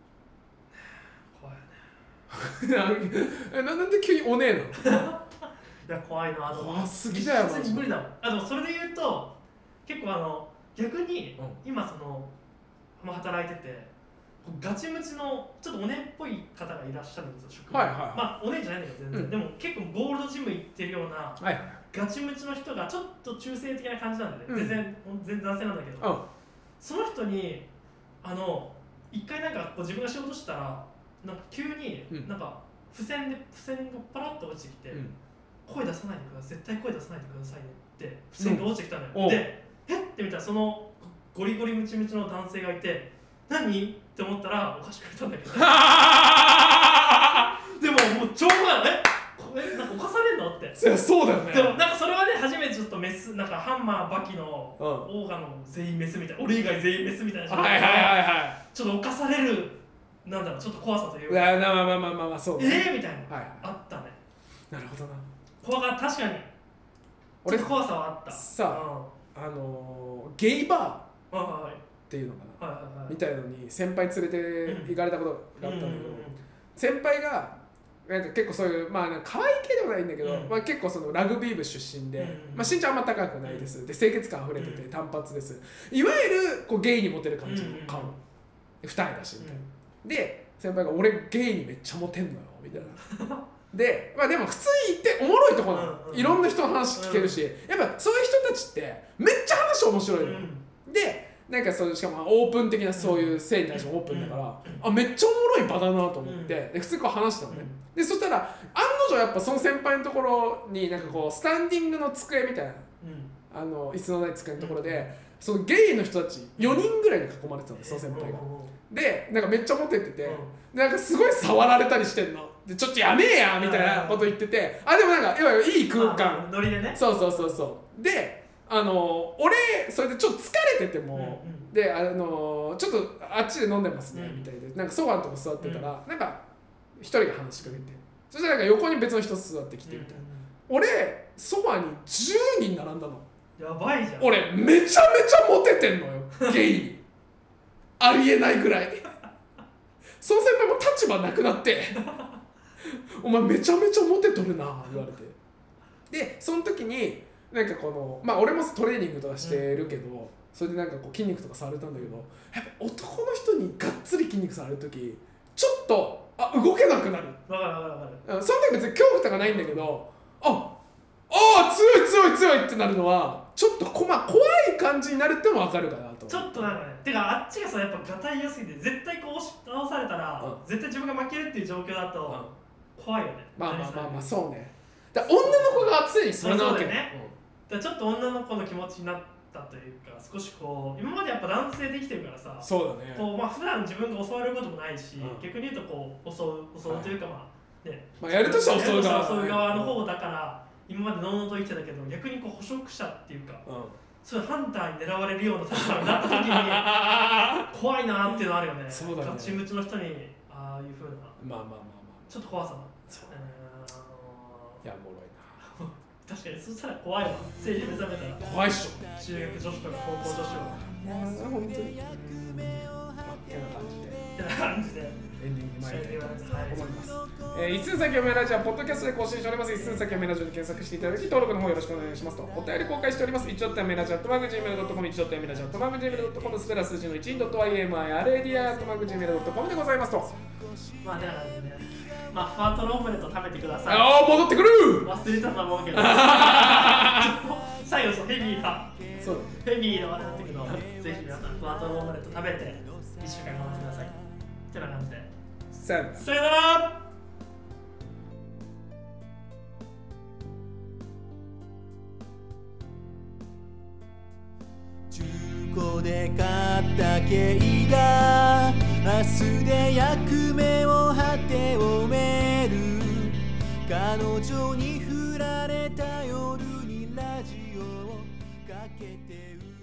怖いよねな, なんで急におねえなのいや怖いなと思って。 怖すぎだよ普通に無理だもん。あでもそれで言うと結構あの逆に、うん、今その、まあ、働いててガチムチのちょっとお姉っぽい方がいらっしゃるんですよ職場、はいはいはい、まあお姉じゃないんだけど全然、うん、でも結構ゴールドジム行ってるような、はいはい、ガチムチの人がちょっと中性的な感じなんで、ね、うん、全然全然男性なんだけど、うん、その人にあの一回なんかこう自分が仕事したらなんか急になんか付箋で付箋がパラッと落ちてきて、うん、声出さないでください絶対声出さないでくださいねって付箋が落ちてきたのよ、うん、でえって見たらそのゴリゴリムチムチの男性がいて何って思ったらお菓子くれたんだけどでももう超怖いのねえなんか犯されんのってそうだよね。 でもなんかそれはね初めてちょっとメスなんかハンマーバキのオーガの全員メスみたいな、うん、俺以外全員メスみたいなはいはいはいはいちょっと犯されるなんだろうちょっと怖さというかまあまあまあまあまあまあそうねえー、みたいな、はい、あったね。 なるほどな。 怖が確かに俺怖さはあったさあ、うん、あのー、ゲイバーっていうのかな、はいはいはい、みたいのに先輩連れて行かれたことがあったんだけど、うんうんうんうん、先輩がなんか結構そういうまあ可愛い系でもないんだけど、うん、まあ、結構そのラグビー部出身で、うん、まあ、身長あんま高くないです、うん、で清潔感あふれてて単発です、いわゆるこうゲイにモテる感じの顔、うんうん、二重だしみたいな、うん、で先輩が俺ゲイにめっちゃモテんのよみたいなで、まあ、でも普通に言っておもろいところなの、うんうん、いろんな人の話聞けるし、うん、やっぱそういう人たちってめっちゃ話面白いの、うん、でなんかそうしかもオープン的なそういう性に対してオープンだから、うん、あめっちゃおもろい場だなと思って、うん、で普通にこう話したのね、うん、でそしたら案の定やっぱその先輩のところになんかこうスタンディングの机みたいな、うん、あの椅子のない机のところで、うん、そのゲイの人たちよにんぐらいに囲まれてたんです、その先輩が、うん、でなんかめっちゃモテてて、うん、なんかすごい触られたりしてんのでちょっとやめえやみたいなこと言ってて、あでもなんかいわゆるいい空間、 ノリでね、 そうそうそうそうであの俺それでちょっと疲れてても、うんうん、であのちょっとあっちで飲んでますね、うん、みたいでなんかソファのとこ座ってたら、うん、なんか一人が話しかけてそしたらなんか横に別の人座ってきてみたいな、うんうん、俺ソファにじゅうにん並んだの。 やばいじゃん。 俺めちゃめちゃモテてんのよゲイにありえないぐらいその先輩も立場なくなってお前めちゃめちゃモテとるな言われて、でその時になんかこのまあ俺もトレーニングとかしてるけど、うん、それでなんかこう筋肉とか触れたんだけどやっぱ男の人にがっつり筋肉触れる時ちょっとあ動けなくなる。 わかるわかるわかる。 その時別に恐怖とかないんだけどああ強い強い強いってなるのはちょっとこ、まあ、怖い感じになるっても分かるかなと。 ちょっとなんかねてかあっちがさやっぱガタイ良すぎて絶対こう押し倒されたら、うん、絶対自分が負けるっていう状況だと、うん、怖いよね。 まあまあまあまあそうね。だ女の子が常にそれなわけね。 だちょっと女の子の気持ちになったというか少しこう今までやっぱ男性できてるからさそうだねこう、まあ、普段自分が襲われることもないし、うん、逆に言うとこう襲う襲うというか、はい、まあねまあ、やるとしたら襲う側、 襲う側の方だから、うん、今までのうのうと生きてたけど逆にこう捕食者っていうか、うん、そういうハンターに狙われるような立場になった時に怖いなっていうのあるよね。 そうだね。 ガチムチの人にああいう風なまあまあまあまあちょっと怖さもそう、えー、いやおもろいな確かにそしたら怖いわ。生理目覚めたら怖いっしょ。 中学女子とか高校女子は本当にってな感じでってな感じでエンディングに参りたいと思います。えー、一寸先おめラジオポッドキャストで更新しております。一寸先おめラジオで検索していただき登録の方よろしくお願いしますとお便り公開しております。一ドットやめラジオアットマーク ジーメールドットコム 一ドットやめラジオアットマーク ジーメールドットコム スペラ数字のいちドット ワイエムアイアールエーディーアットマーク ジーメールドットコム でございますと。 まあだからねまあファートロームレット食べてください。 ああ戻ってくる忘れたと思うけど最後そうヘビーなそうヘビーな話だったけどぜひ皆さんファートロームレット食べていっしゅうかん頑張ってくださいってな感じでさよなら。 さよなら。 中古で買った軽が明日で役目を果てをめる。彼女に振られた夜にラジオをかけてう